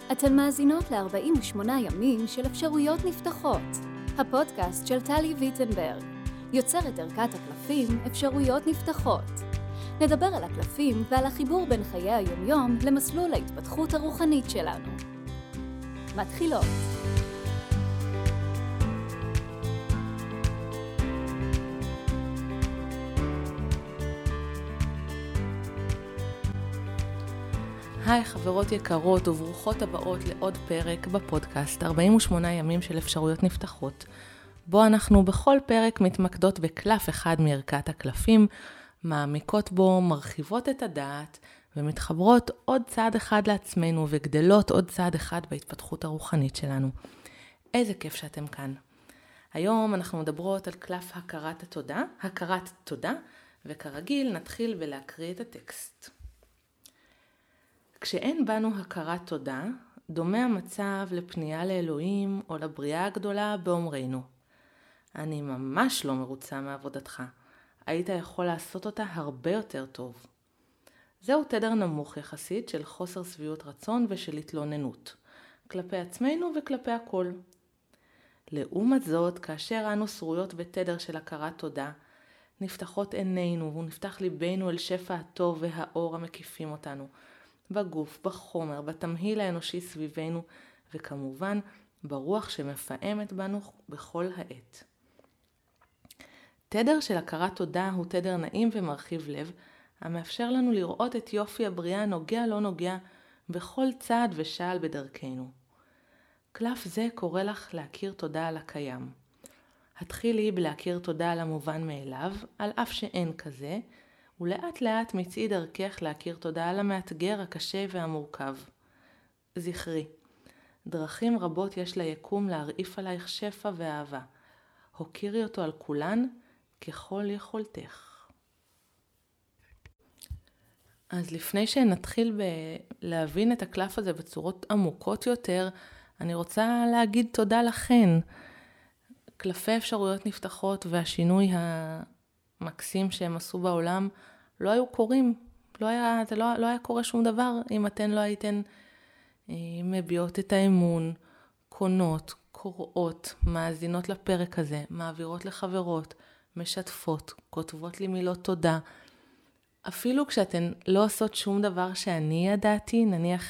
אתן מאזינות ל-48 ימים של אפשרויות נפתחות, הפודקאסט של טלי ויטנברג, יוצרת ערכת הקלפים אפשרויות נפתחות. נדבר על הקלפים ועל החיבור בין חיי היומיום למסלול ההתפתחות הרוחנית שלנו. מתחילות. היי חברות יקרות וברוכות הבאות לעוד פרק בפודקאסט 48 ימים של אפשרויות נפתחות, בו אנחנו בכל פרק מתמקדות בקלף אחד מערכת הקלפים, מעמיקות בו, מרחיבות את הדעת ומתחברות עוד צעד אחד לעצמנו וגדלות עוד צעד אחד בהתפתחות הרוחנית שלנו. איזה כיף שאתם כאן. היום אנחנו מדברות על קלף הכרת תודה, וכרגיל נתחיל בלהקריא את הטקסט. כשאין בנו הכרת תודה, דומה המצב לפנייה לאלוהים או לבריאה הגדולה באומרנו, אני ממש לא מרוצה מעבודתך, היית יכול לעשות אותה הרבה יותר טוב. זהו תדר נמוך יחסית של חוסר שביעות רצון ושל התלוננות, כלפי עצמנו וכלפי הכל. לעומת זאת, כאשר אנו שרויות בתדר של הכרת תודה, נפתחות עינינו ונפתח ליבנו אל שפע הטוב והאור המקיפים אותנו, בגוף, בחומר, בתמהיל האנושי סביבנו, וכמובן ברוח שמפעמת בנו בכל העת. תדר של הכרת תודה הוא תדר נעים ומרחיב לב, המאפשר לנו לראות את יופי הבריאה נוגע לא נוגע בכל צעד ושעל בדרכנו. קלף זה קורא לך להכיר תודה על הקיים. התחילי בלהכיר תודה על המובן מאליו, על אף שאין כזה, ולאט לאט מצעי דרכך להכיר תודה על המאתגר הקשה והמורכב. זכרי, דרכים רבות יש ליקום להרעיף עלייך שפע ואהבה. הוקירי אותו על כולן ככל יכולתך. אז לפני שנתחיל להבין את הקלף הזה בצורות עמוקות יותר, אני רוצה להגיד תודה לכן. קלפי אפשרויות נפתחות והשינוי המקסים שהם עשו בעולם לא היו קורים. לא היה קורה שום דבר אם אתן לא הייתן מביעות את האמון, קונות, קוראות, מאזינות לפרק הזה, מעבירות לחברות, משתפות, כותבות לי מילות תודה. אפילו כשאתן לא עושות שום דבר שאני ידעתי,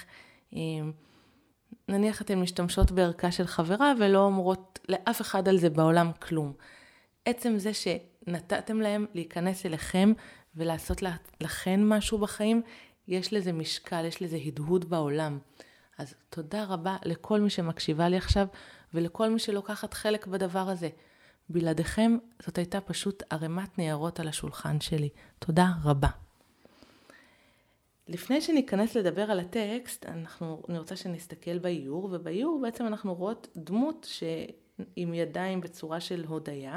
נניח אתן משתמשות בערכה של חברה ולא אומרות לאף אחד על זה בעולם כלום. עצם זה שנתתם להם להיכנס אליכם ולעשות לכן משהו בחיים, יש לזה משקל, יש לזה הדהוד בעולם. אז תודה רבה לכל מי שמקשיבה לי עכשיו, ולכל מי שלוקחת חלק בדבר הזה. בלעדיכם זאת הייתה פשוט ערימת ניירות על השולחן שלי. תודה רבה. לפני שניכנס לדבר על הטקסט, אני רוצה שנסתכל באיור, ובאיור בעצם אנחנו רואות דמות עם ידיים בצורה של הודיה,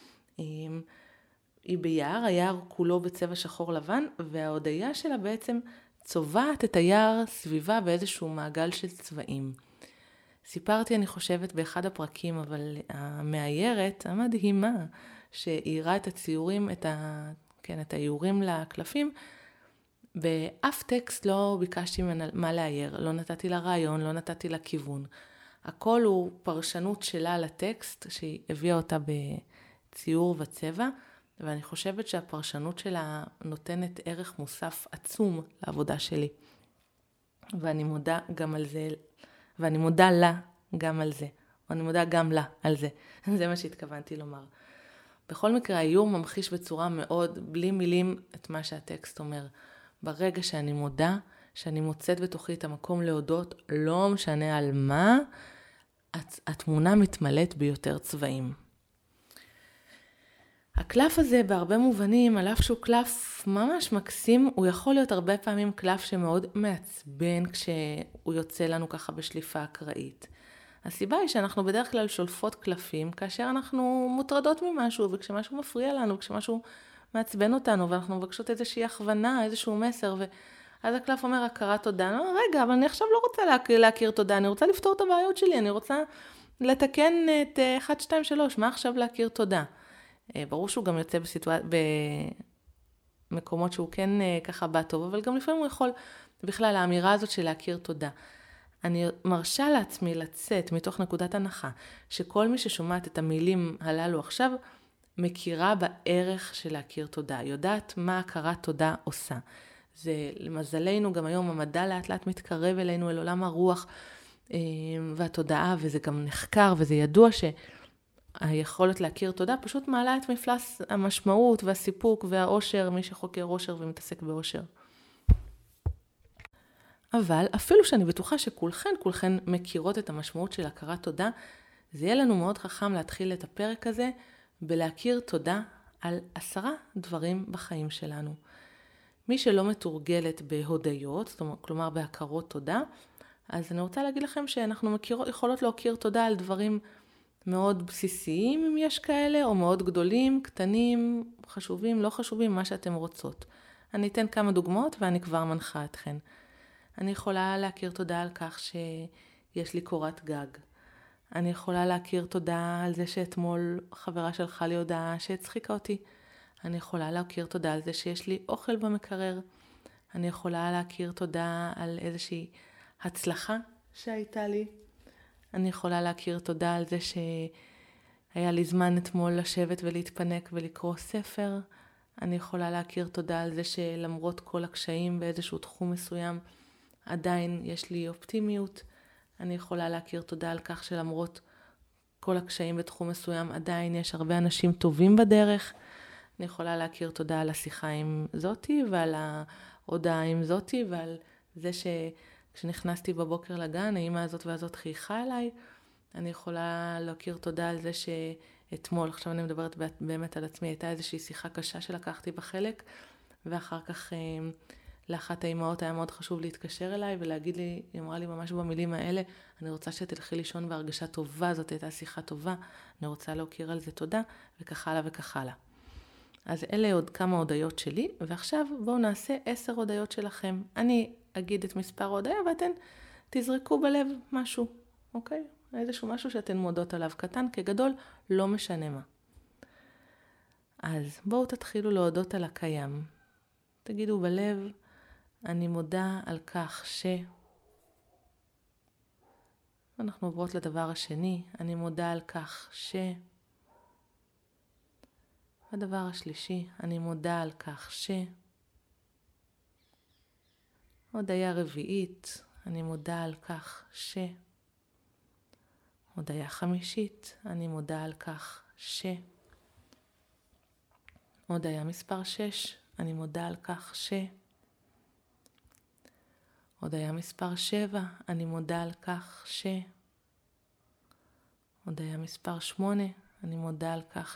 היא ביער, היער כולו בצבע שחור לבן, וההודיה שלה בעצם צובעת את היער סביבה באיזשהו מעגל של צבעים. סיפרתי, אני חושבת, באחד הפרקים, אבל המאיירת המדהימה שהעירה את הציורים, את האיורים לקלפים, באף טקסט לא ביקשתי ממנה מה לאייר, לא נתתי לה רעיון, לא נתתי לה כיוון. הכל הוא פרשנות שלה לטקסט, שהיא הביאה אותה בציור וצבע, ואני חושבת שהפרשנות שלה נותנת ערך מוסף עצום לעבודה שלי. ואני מודה גם על זה, ואני מודה לה גם על זה, או אני מודה גם לה על זה. זה מה שהתכוונתי לומר. בכל מקרה, האיור ממחיש בצורה מאוד, בלי מילים, את מה שהטקסט אומר. ברגע שאני מודה, שאני מוצאת בתוכי את המקום להודות, לא משנה על מה, התמונה מתמלאת ביותר צבעים. הקלף הזה בהרבה מובנים, על אף שהוא קלף ממש מקסים, הוא יכול להיות הרבה פעמים קלף שמאוד מעצבן כשהוא יוצא לנו ככה בשליפה אקראית. הסיבה היא שאנחנו בדרך כלל שולפות קלפים כאשר אנחנו מוטרדות ממשהו, וכשמשהו מפריע לנו, כשמשהו מעצבן אותנו, ואנחנו מבקשות איזושהי הכוונה, איזשהו מסר, ואז הקלף אומר הכרת תודה. לא, רגע, אבל אני עכשיו לא רוצה להכיר תודה, אני רוצה לפתור את הבעיות שלי, אני רוצה לתקן את 1, 2, 3, מה עכשיו להכיר תודה? ברור שהוא גם יוצא במקומות שהוא כן ככה בא טוב, אבל גם לפעמים הוא יכול, בכלל האמירה הזאת של להכיר תודה. אני מרשה לעצמי לצאת מתוך נקודת הנחה שכל מי ששומעת את המילים הללו עכשיו מכירה בערך של להכיר תודה, יודעת מה הכרת תודה עושה. זה למזלנו גם היום המדע לאט לאט מתקרב אלינו, אל עולם הרוח והתודעה, וזה גם נחקר וזה ידוע שהיכולת להכיר תודה פשוט מעלה את מפלס המשמעות והסיפוק והאושר, מי שחוקר אושר ומתעסק באושר. אבל אפילו שאני בטוחה כולכן מכירות את המשמעות של הכרת תודה, זה יהיה לנו מאוד חכם להתחיל את הפרק הזה בלהכיר תודה על 10 דברים בחיים שלנו. מי שלא מתורגלת בהודיות, כלומר בהכרות תודה, אז אני רוצה להגיד לכם שאנחנו יכולות להכיר תודה על דברים מאוד בסיסיים, אם יש כאלה, או מאוד גדולים, קטנים, חשובים, לא חשובים, מה שאתם רוצות. אני אתן כמה דוגמאות ואני כבר מנחה אתכן. אני יכולה להכיר תודה על כך שיש לי קורת גג. אני יכולה להכיר תודה על זה שאתמול חברה שלחה לי הודעה שהצחיקה אותי. אני יכולה להכיר תודה על זה שיש לי אוכל במקרר. אני יכולה להכיר תודה על איזושהי הצלחה שהייתה לי. אני יכולה להכיר תודה על זה שהיה לי זמן אתמול לשבת ולהתפנק ולקרוא ספר. אני יכולה להכיר תודה על זה שלמרות כל הקשיים באיזשהו תחום מסוים, עדיין יש לי אופטימיות. אני יכולה להכיר תודה על כך שלמרות כל הקשיים בתחום מסוים, עדיין יש הרבה אנשים טובים בדרך. אני יכולה להכיר תודה על השיחה עם זאתי ועל ההודעה עם זאתי ועל זה שכשנכנסתי בבוקר לגן, האמא הזאת והזאת חייכה אליי. אני יכולה להכיר תודה על זה שאתמול, עכשיו אני מדברת באמת על עצמי, הייתה איזושהי שיחה קשה שלקחתי בחלק, ואחר כך לאחת האימהות היה מאוד חשוב להתקשר אליי ולהגיד לי, היא אמרה לי ממש במילים האלה, אני רוצה שתלכי לישון בהרגשה טובה, זאת הייתה שיחה טובה, אני רוצה להכיר על זה תודה, וכך הלאה וכך הלאה. אז אלה עוד כמה הודיות שלי, ועכשיו בואו נעשה 10 הודיות שלכם. אני אגיד את מספר ההודיה ואתן תזרקו בלב משהו, אוקיי? איזשהו משהו שאתן מודות עליו, קטן כגדול, לא משנה מה. אז בואו תתחילו להודות על הקיים. תגידו בלב, אני מודה על כך אנחנו עוברות לדבר השני, אני מודה על כך הדבר השלישי, אני מודה על כך הודיה רביעית, אני מודה על כך הודיה חמישית, אני מודה על כך הודיה מספר 6, אני מודה על כך הודיה מספר 7, אני מודה על כך הודיה מספר 8, אני מודה על כך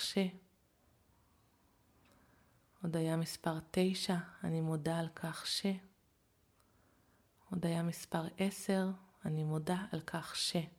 הודיה מספר 9, אני מודה על כך הודיה מספר 10, אני מודה על כך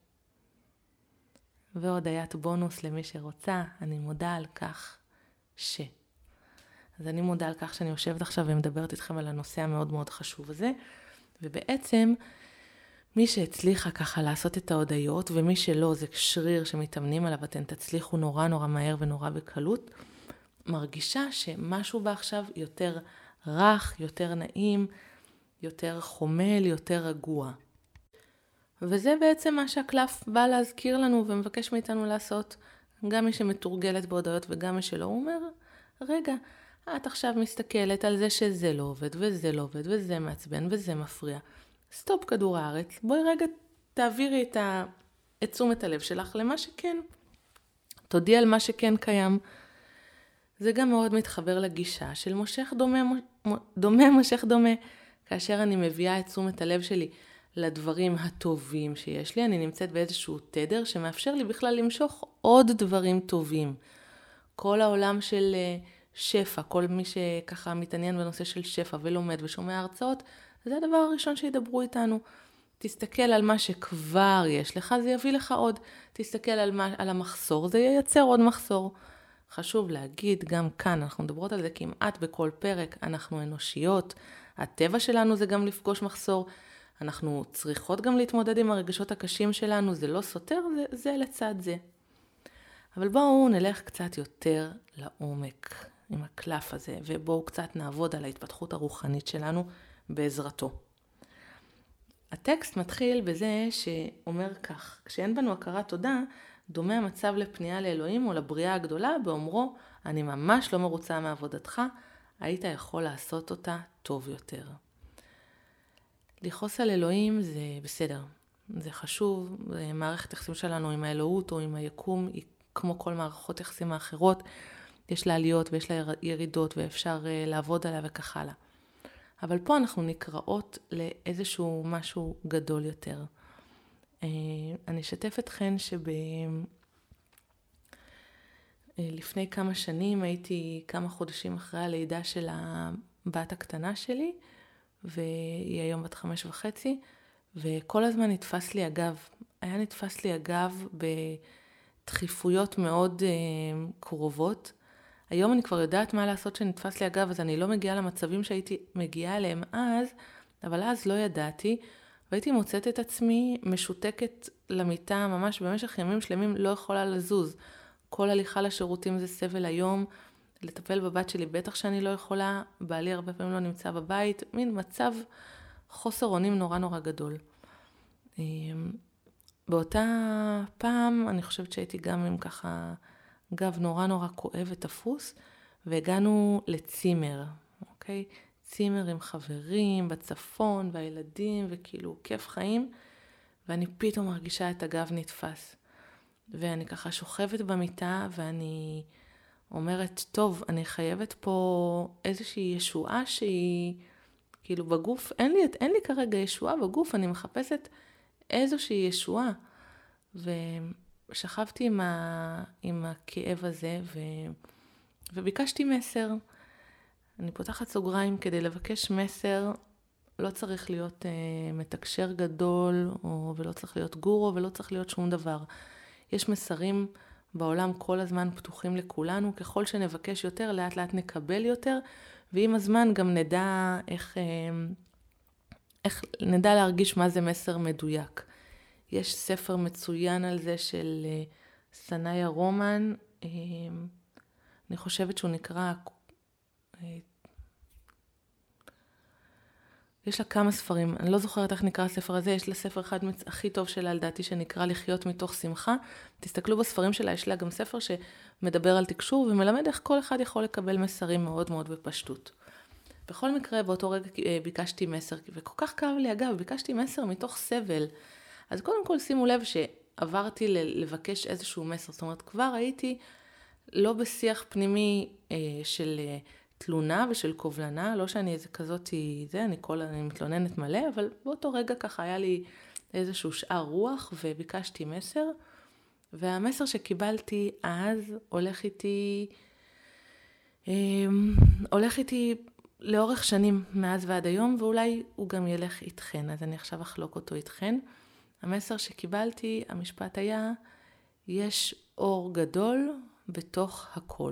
והודיית בונוס למי שרוצה, אני מודה על כך אז אני מודה על כך שאני יושבת עכשיו ומדברת איתכם על הנושא המאוד מאוד חשוב הזה, ובעצם מי שהצליחה ככה לעשות את ההודיות, ומי שלא, זה שריר שמתאמנים עליו, אתן תצליחו נורא נורא מהר ונורא בקלות, מרגישה שמשהו בה עכשיו יותר רך, יותר נעים, יותר חומל, יותר רגוע. וזה בעצם מה שהקלף בא להזכיר לנו ומבקש מאיתנו לעשות. גם מי שמתורגלת בהודעות וגם מי שלא, הוא אומר, רגע, את עכשיו מסתכלת על זה שזה לא עובד וזה לא עובד וזה מעצבן וזה מפריע. סטופ כדור הארץ, בואי רגע תעבירי את תשומת הלב שלך למה שכן. תודיע על מה שכן קיים. זה גם מאוד מתחבר לגישה של מושך דומה מושך דומה. כאשר אני מביאה את תשומת הלב שלי לדברים הטובים שיש לי, אני נמצאת באיזשהו תדר שמאפשר לי בכלל למשוך עוד דברים טובים. כל העולם של שפע, כל מי שככה מתעניין בנושא של שפע ולומד ושומע הרצאות, זה הדבר הראשון שידברו איתנו. תסתכל על מה שכבר יש לך, זה יביא לך עוד. תסתכל על המחסור, זה ייצר עוד מחסור. חשוב להגיד, גם כאן אנחנו מדברות על זה כמעט בכל פרק, אנחנו אנושיות, הטבע שלנו זה גם לפגוש מחסור, אנחנו צריכות גם להתמודד עם הרגשות הקשים שלנו, זה לא סותר, זה לצד זה. אבל בואו נלך קצת יותר לעומק עם הקלף הזה, ובואו קצת נעבוד על ההתפתחות הרוחנית שלנו בעזרתו. הטקסט מתחיל בזה שאומר כך, כשאין בנו הכרת תודה, דומה המצב לפנייה לאלוהים או לבריאה הגדולה, באומרו, אני ממש לא מרוצה מעבודתך, היית יכול לעשות אותה טוב יותר. לכעוס על אלוהים זה בסדר, זה חשוב, מערכת יחסים שלנו עם האלוהות או עם היקום, היא כמו כל מערכות יחסים האחרות, יש לה עליות ויש לה ירידות ואפשר לעבוד עליה וכך הלאה. אבל פה אנחנו נקראות לאיזשהו משהו גדול יותר. אני אשתף אתכן לפני כמה שנים הייתי כמה חודשים אחרי הלידה של הבת הקטנה שלי, והיא היום בת 5.5, וכל הזמן נתפס לי הגב. היה נתפס לי הגב בדחיפויות מאוד קרובות. היום אני כבר יודעת מה לעשות שנתפס לי הגב, אז אני לא מגיעה למצבים שהייתי מגיעה אליהם אז, אבל אז לא ידעתי, והייתי מוצאת את עצמי משותקת למיטה ממש במשך ימים שלמים, לא יכולה לזוז. כל הליכה לשירותים זה סבל היום, לטפל בבת שלי בטח שאני לא יכולה, בעלי הרבה פעמים לא נמצא בבית, מין מצב חוסר אונים נורא נורא גדול. באותה פעם אני חושבת שהייתי גם עם ככה גב נורא נורא כואב ותפוס, והגענו לצימר, אוקיי? צימר עם חברים בצפון והילדים וכאילו כיף חיים, ואני פתאום מרגישה את הגב נתפס. ואני ככה שוכבת במיטה ואני אומרת, טוב, אני חייבת פה איזושהי ישועה שהיא כאילו בגוף, אין לי כרגע ישועה בגוף, אני מחפשת איזושהי ישועה. ושכבתי עם הכאב הזה וביקשתי מסר. אני פותחת סוגריים כדי לבקש מסר, לא צריך להיות מתקשר גדול, ולא צריך להיות גורו, ולא צריך להיות שום דבר. יש מסרים בעולם כל הזמן פתוחים לכולנו, ככל שנבקש יותר, לאט לאט נקבל יותר, ועם הזמן גם נדע איך נדע להרגיש מה זה מסר מדויק. יש ספר מצוין על זה של סנאיה רומן, אני חושבת שהוא נקרא, יש לה כמה ספרים, אני לא זוכרת איך נקרא הספר הזה, יש לה ספר אחד הכי טוב שלה לדעתי שנקרא לחיות מתוך שמחה. תסתכלו בספרים שלה, יש לה גם ספר שמדבר על תקשור ומלמד איך כל אחד יכול לקבל מסרים מאוד מאוד בפשטות. בכל מקרה, באותו רגע ביקשתי מסר, וכל כך כאב לי אגב, ביקשתי מסר מתוך סבל. אז קודם כל שימו לב שעברתי לבקש איזשהו מסר, זאת אומרת כבר הייתי לא בשיח פנימי של תלונה ושל קובלנה, לא שאני איזה כזאת, אני מתלוננת מלא, אבל באותו רגע ככה היה לי איזשהו שאר רוח וביקשתי מסר, והמסר שקיבלתי אז הולך איתי לאורך שנים מאז ועד היום, ואולי הוא גם ילך איתכן, אז אני עכשיו אחלוק אותו איתכן. המסר שקיבלתי, המשפט היה, יש אור גדול בתוך הכל.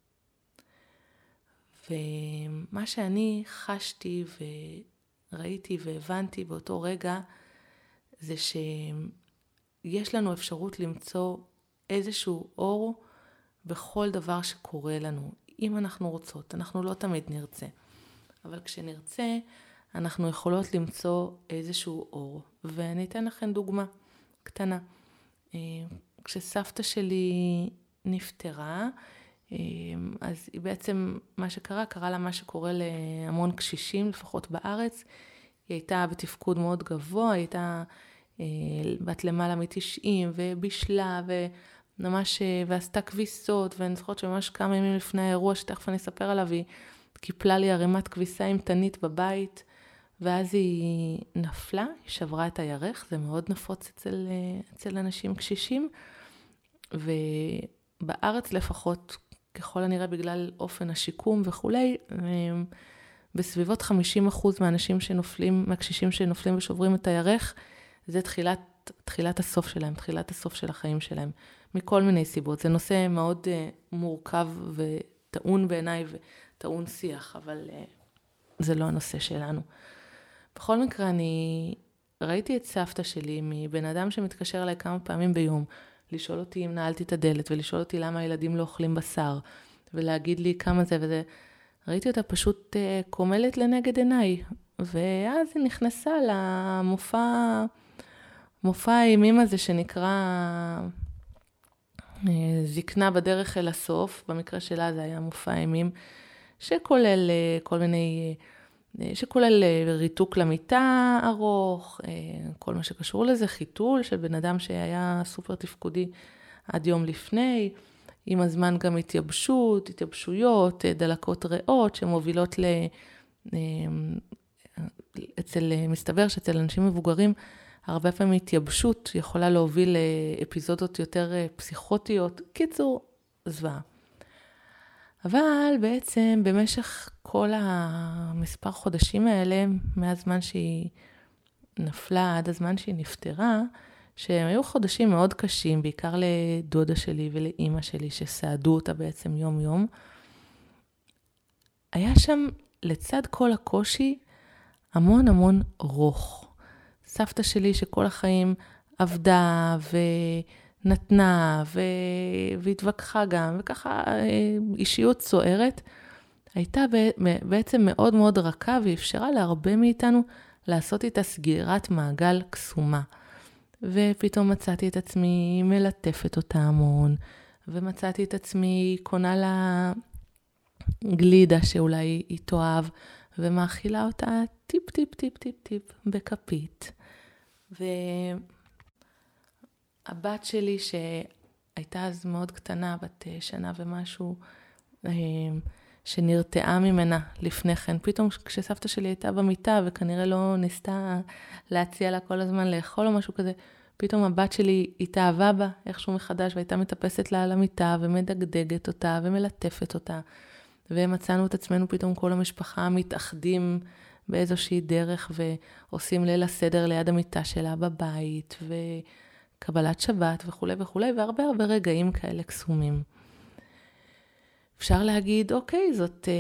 ומה שאני חשתי וראיתי והבנתי באותו רגע, זה שיש לנו אפשרות למצוא איזשהו אור בכל דבר שקורה לנו. אם אנחנו רוצות, אנחנו לא תמיד נרצה. אבל כשנרצה, אנחנו יכולות למצוא איזשהו אור. ואני אתן לכם דוגמה קטנה. כשסבתא שלי נפטרה, אז היא בעצם, מה קרה לה מה שקורה להמון קשישים, לפחות בארץ. היא הייתה בתפקוד מאוד גבוה, היא הייתה בת למעלה מ-90, ובישלה, וממש, ועשתה כביסות, ואני זוכרת שממש כמה ימים לפני האירוע, שתכף אני אספר עליו, היא קיפלה לי ערימת כביסה עם תנית בבית, ואז היא נפלה, היא שברה את הירך, זה מאוד נפוץ אצל אנשים קשישים, ובארץ לפחות, ככל הנראה בגלל אופן השיקום וכולי, בסביבות 50% מהקשישים שנופלים ושוברים את הירך, זה תחילת הסוף שלהם, תחילת הסוף של החיים שלהם, מכל מיני סיבות. זה נושא מאוד מורכב וטעון בעיניי וטעון שיח, אבל זה לא הנושא שלנו. בכל מקרה, אני ראיתי את סבתא שלי מבן אדם שמתקשר אליי כמה פעמים ביום, לשאול אותי אם נעלתי את הדלת, ולשאול אותי למה הילדים לא אוכלים בשר, ולהגיד לי כמה זה וזה. ראיתי אותה פשוט קומלת לנגד עיניי, ואז היא נכנסה מופע האימים הזה שנקרא זקנה בדרך אל הסוף. במקרה שלה זה היה מופע אימים, שכולל שכולל ריתוק למיטה ארוך, כל מה שקשור לזה, חיתול של בן אדם שהיה סופר תפקודי עד יום לפני, עם הזמן גם התייבשויות, דלקות ריאות שמובילות מסתבר שאצל אנשים מבוגרים, הרבה פעמים התייבשות יכולה להוביל לאפיזודות יותר פסיכוטיות. קיצור, זוועה. אבל בעצם במשך כל המספר חודשים האלה, מהזמן שהיא נפלה עד הזמן שהיא נפטרה, שהם היו חודשים מאוד קשים, בעיקר לדודה שלי ולאמא שלי שסעדו אותה בעצם יום יום, היה שם לצד כל הקושי המון המון רוך. סבתא שלי שכל החיים עבדה ונתנה והתווכחה גם, וככה אישיות סוערת, הייתה בעצם מאוד מאוד רכה, ואפשרה להרבה מאיתנו לעשות איתה סגירת מעגל קסומה. ופתאום מצאתי את עצמי מלטפת אותה המון, ומצאתי את עצמי קונה לה גלידה שאולי היא תאהב, ומאכילה אותה טיפ טיפ טיפ טיפ טיפ בכפית. והבת שלי שהייתה אז מאוד קטנה, בת שנה ומשהו, שנרתעה ממנה לפני כן. פתאום כשסבתא שלי הייתה במיטה, וכנראה לא ניסתה להציע לה כל הזמן לאכול או משהו כזה, פתאום הבת שלי התאהבה בה איכשהו מחדש, והייתה מטפסת לה על המיטה, ומדגדגת אותה, ומלטפת אותה. ומצאנו את עצמנו פתאום כל המשפחה מתאחדים באיזושהי דרך, ועושים ליל הסדר ליד המיטה שלה בבית, וקבלת שבת וכו' וכו', והרבה הרבה רגעים כאלה קסומים. אפשר להגיד, אוקיי,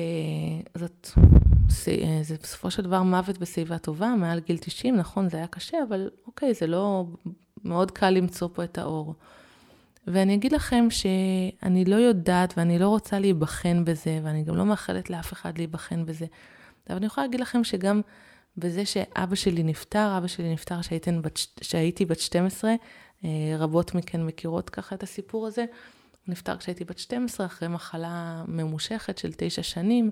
זה בסופו של דבר מוות בשיבה טובה, מעל גיל 90, נכון, זה היה קשה, אבל אוקיי, זה לא מאוד קל למצוא פה את האור. ואני אגיד לכם שאני לא יודעת, ואני לא רוצה להיבחן בזה, ואני גם לא מאחלת לאף אחד להיבחן בזה. אבל אני יכולה להגיד לכם שגם בזה שאבא שלי נפטר כשהייתי בת 12, רבות מכן מכירות ככה את הסיפור הזה, הוא נפטר כשהייתי בת 12, אחרי מחלה ממושכת של 9 שנים,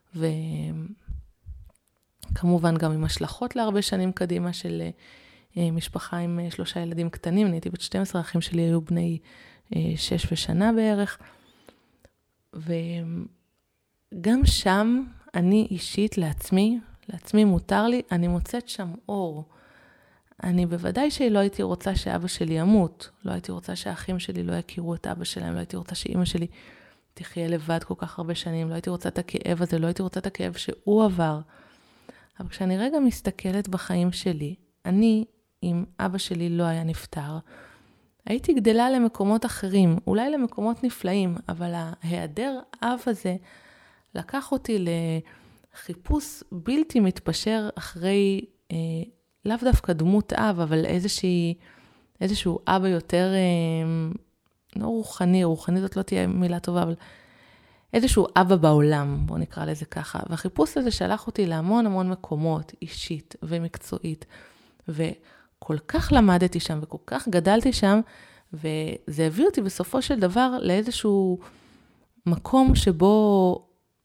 וכמובן גם עם השלכות להרבה שנים קדימה של משפחה עם 3 ילדים קטנים. אני הייתי בת 12, האחים שלי היו בני 6 ושנה בערך. וגם שם אני אישית לעצמי מותר לי, אני מוצאת שם אור. אני בוודאי שלא הייתי רוצה שאבא שלי ימות, לא הייתי רוצה שהאחים שלי לא יכירו את אבא שלהם, לא הייתי רוצה שאמא שלי תחיה לבד כל כך הרבה שנים, לא הייתי רוצה את הכאב הזה, לא הייתי רוצה את הכאב שהוא עבר. אבל כשאני רגע מסתכלת בחיים שלי, אני, אם אבא שלי לא היה נפטר, הייתי גדלה למקומות אחרים, אולי למקומות נפלאים, אבל ההיעדר אב הזה לקח אותי לחיפוש בלתי מתפשר אחרי, לאו דווקא דמות אב, אבל איזשהו אבא יותר, לא רוחני זאת לא תהיה מילה טובה, אבל איזשהו אבא בעולם, בוא נקרא לזה ככה. והחיפוש הזה שלח אותי להמון המון מקומות, אישית ומקצועית, וכל כך למדתי שם וכל כך גדלתי שם, וזה הביא אותי בסופו של דבר לאיזשהו מקום שבו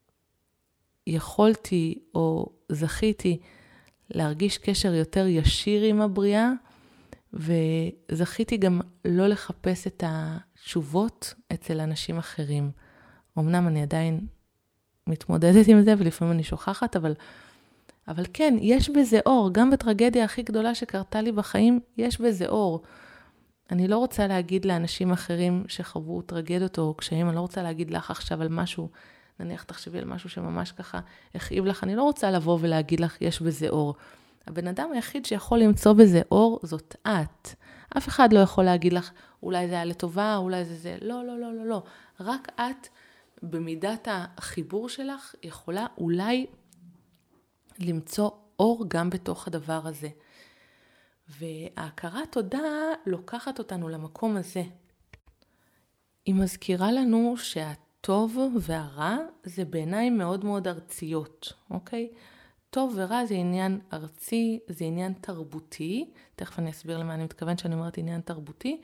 יכולתי או זכיתי להרגיש קשר יותר ישיר עם הבריאה, וזכיתי גם לא לחפש את התשובות אצל אנשים אחרים. אמנם אני עדיין מתמודדת עם זה, ולפעמים אני שוכחת, אבל כן, יש בזה אור. גם בטרגדיה הכי גדולה שקרתה לי בחיים, יש בזה אור. אני לא רוצה להגיד לאנשים אחרים שחוו טרגדיות או קשיים, אני לא רוצה להגיד לך עכשיו על משהו, נניח תחשבי על משהו שממש ככה הכאיב לך, אני לא רוצה לבוא ולהגיד לך, יש בזה אור. הבן אדם היחיד שיכול למצוא בזה אור, זאת את. אף אחד לא יכול להגיד לך, אולי זה היה לטובה, אולי זה. לא, לא, לא, לא, לא. רק את, במידת החיבור שלך, יכולה אולי למצוא אור גם בתוך הדבר הזה. וההכרת תודה לוקחת אותנו למקום הזה. היא מזכירה לנו הטוב והרע זה בעיניי מאוד מאוד ארציות, אוקיי? טוב ורע זה עניין ארצי, זה עניין תרבותי, תכף אני אסביר למה אני מתכוון שאני אומרת עניין תרבותי,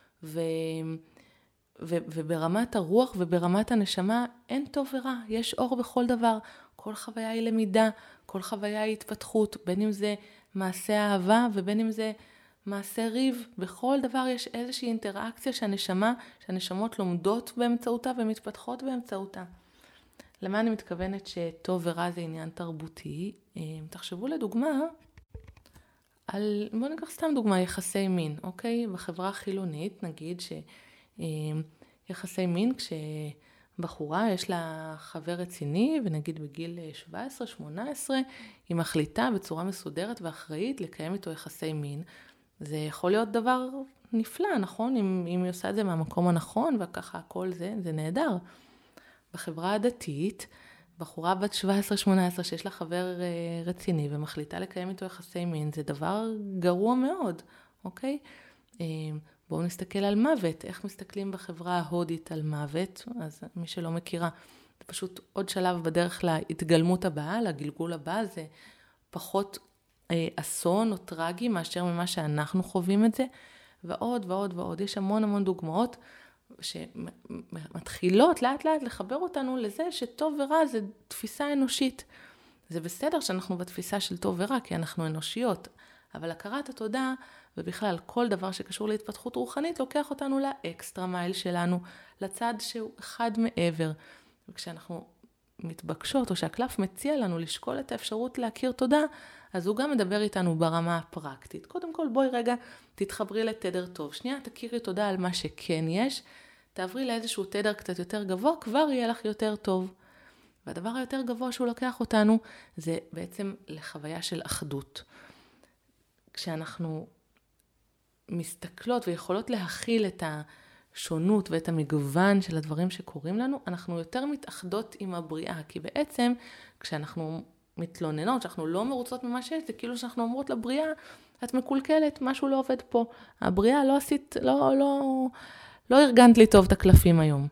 וברמת הרוח וברמת הנשמה אין טוב ורע, יש אור בכל דבר, כל חוויה היא למידה, כל חוויה היא התפתחות, בין אם זה מעשה אהבה ובין אם זה מעשה ריב, בכל דבר יש איזושהי אינטראקציה שהנשמות לומדות באמצעותה ומתפתחות באמצעותה. למה אני מתכוונת שטוב ורע זה עניין תרבותי? תחשבו לדוגמה, בואו ניקח סתם דוגמה, יחסי מין, אוקיי? בחברה החילונית נגיד שיחסי מין כשבחורה יש לה חבר רציני ונגיד בגיל 17-18 היא מחליטה בצורה מסודרת ואחראית לקיים איתו יחסי מין. זה יכול להיות דבר נפלא, נכון? אם היא עושה את זה מהמקום הנכון וככה הכל זה נהדר. בחברה הדתית, בחורה בת 17-18 שיש לה חבר רציני ומחליטה לקיים איתו יחסי מין, זה דבר גרוע מאוד, אוקיי? בואו נסתכל על מוות, איך מסתכלים בחברה ההודית על מוות, אז מי שלא מכירה, זה פשוט עוד שלב בדרך להתגלמות הבאה, לגלגול הבא, זה פחות אסון או טרגי מאשר ממה שאנחנו חווים את זה, ועוד ועוד ועוד, יש המון המון דוגמאות, שמתחילות לאט לאט לחבר אותנו לזה שטוב ורע זה תפיסה אנושית. זה בסדר שאנחנו בתפיסה של טוב ורע כי אנחנו אנושיות, אבל הכרת התודה ובכלל כל דבר שקשור להתפתחות רוחנית לוקח אותנו לאקסטרה מייל שלנו, לצד שהוא אחד מעבר. וכשאנחנו מתבקשות או שהקלף מציע לנו לשקול את האפשרות להכיר תודה, אז הוא גם מדבר איתנו ברמה הפרקטית. קודם כל בואי רגע תתחברי לתדר טוב. שנייה תכירי תודה על מה שכן יש, תעברי לאיזשהו תדר קצת יותר גבוה, כבר יהיה לך יותר טוב. והדבר היותר גבוה שהוא לוקח אותנו זה בעצם לחוויה של אחדות. כשאנחנו מסתכלות ויכולות להכיל את השונות ואת המגוון של הדברים שקורים לנו, אנחנו יותר מתאחדות עם הבריאה, כי בעצם כשאנחנו מתלוננות, שאנחנו לא מרוצות ממה שיש, זה כאילו שאנחנו אומרות לבריאה, את מקולקלת, משהו לא עובד פה. הבריאה לא עשית, לא ארגנת לי טוב את הקלפים היום.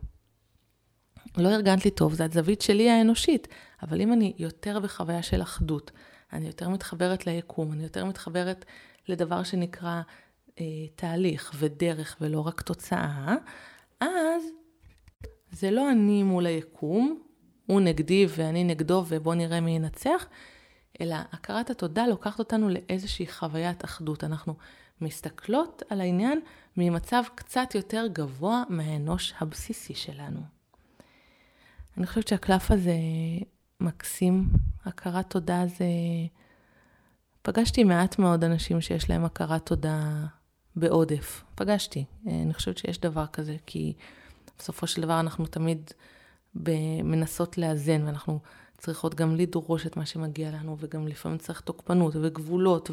לא ארגנת לי טוב, זה הזווית שלי האנושית, אבל אם אני יותר בחוויה של אחדות, אני יותר מתחברת ליקום, אני יותר מתחברת לדבר שנקרא תהליך ודרך ולא רק תוצאה, אז זה לא אני מול היקום, הוא נגדי ואני נגדו ובוא נראה מי ינצח, אלא הכרת התודה לוקחת אותנו לאיזושהי חוויית אחדות. אנחנו מסתכלות על העניין ממצב קצת יותר גבוה מהאנוש הבסיסי שלנו. אני חושבת שהקלף הזה מקסים, הכרת תודה זה... פגשתי מעט מאוד אנשים שיש להם הכרת תודה בעודף. פגשתי. אני חושבת שיש דבר כזה, כי בסופו של דבר אנחנו תמיד מנסות לאזן, ואנחנו צריכות גם לדרוש את מה שמגיע לנו, וגם לפעמים צריך תוקפנות וגבולות,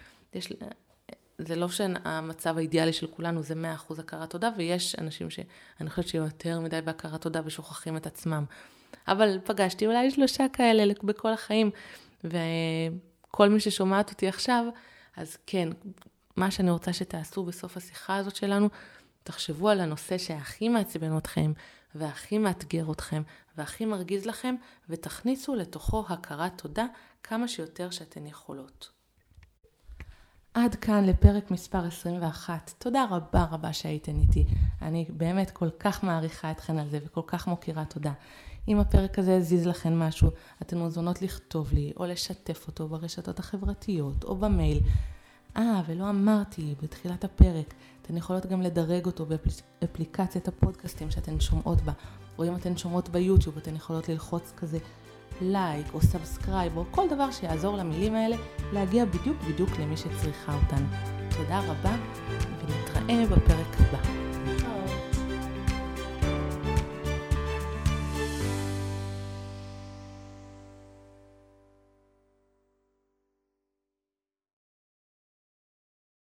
זה לא שהמצב האידיאלי של כולנו זה 100% הכרת תודה, ויש אנשים שאני חושבת שיותר מדי בהכרת תודה ושוכחים את עצמם. אבל פגשתי אולי 3 כאלה בכל החיים, וכל מי ששומעת אותי עכשיו, אז כן, מה שאני רוצה שתעשו בסוף השיחה הזאת שלנו, תחשבו על הנושא שהכי מעצבן אתכם, והכי מאתגר אתכם, והכי מרגיז לכם, ותכניסו לתוכו הכרת תודה כמה שיותר שאתן יכולות. עד כאן לפרק מספר 21. תודה רבה רבה שהייתן איתי. אני באמת כל כך מעריכה אתכן על זה, וכל כך מוקירה תודה. אם הפרק הזה הזיז לכן משהו, אתן מוזמנות לכתוב לי, או לשתף אותו ברשתות החברתיות, או במייל. ולא אמרתי בתחילת הפרק, אתן יכולות גם לדרג אותו באפליקציית הפודקאסטים שאתן שומעות בה, או אם אתן שומעות ביוטיוב, אתן יכולות ללחוץ כזה לייק או סאבסקרייב, או כל דבר שיעזור למילים האלה להגיע בדיוק למי שצריכה אותן. תודה רבה, ונתראה בפרק הבא.